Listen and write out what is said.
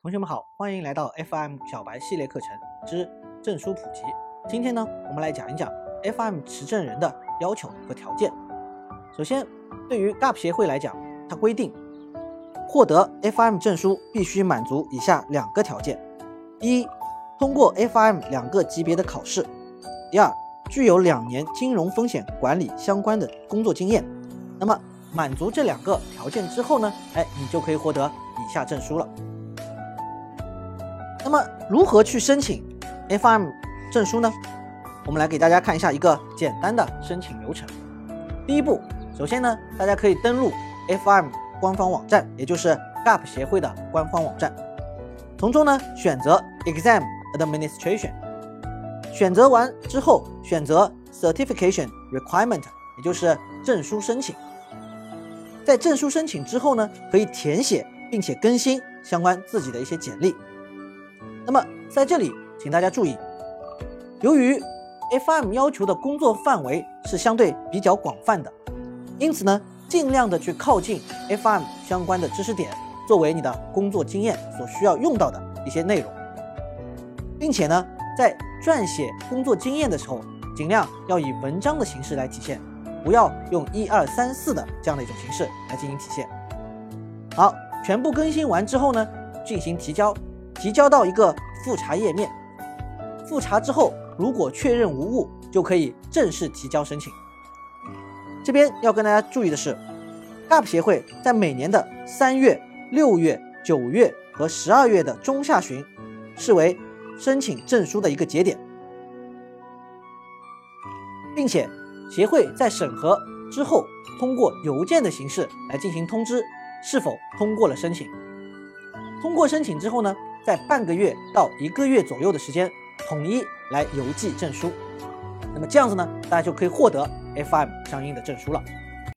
同学们好，欢迎来到 FIM 小白系列课程之证书普及。今天呢，我们来讲一讲 FIM 持证人的要求和条件。首先，对于 GAP 协会来讲，它规定获得 FIM 证书必须满足以下2个条件：第一，通过 FIM 2个级别的考试；第二，具有2年金融风险管理相关的工作经验。那么满足这2个条件之后呢，你就可以获得以下证书了。那么如何去申请 FIM 证书呢？我们来给大家看一下一个简单的申请流程。第一步，首先呢，大家可以登录 FIM 官方网站，也就是 GAP 协会的官方网站，从中呢选择 Exam Administration， 选择完之后选择 Certification Requirement， 也就是证书申请。在证书申请之后呢，可以填写并且更新相关自己的一些简历。那么在这里请大家注意，由于 FIM 要求的工作范围是相对比较广泛的，因此呢尽量的去靠近 FIM 相关的知识点作为你的工作经验所需要用到的一些内容，并且呢在撰写工作经验的时候尽量要以文章的形式来体现，不要用1、2、3、4的这样的一种形式来进行体现。好，全部更新完之后呢，进行提交到一个复查页面。复查之后，如果确认无误，就可以正式提交申请。这边要跟大家注意的是 ，GAP 协会在每年的3月、6月、9月和12月的中下旬视为申请证书的一个节点，并且协会在审核之后，通过邮件的形式来进行通知是否通过了申请。通过申请之后呢，在半个月到1个月左右的时间，统一来邮寄证书。那么这样子呢，大家就可以获得 FIM 相应的证书了。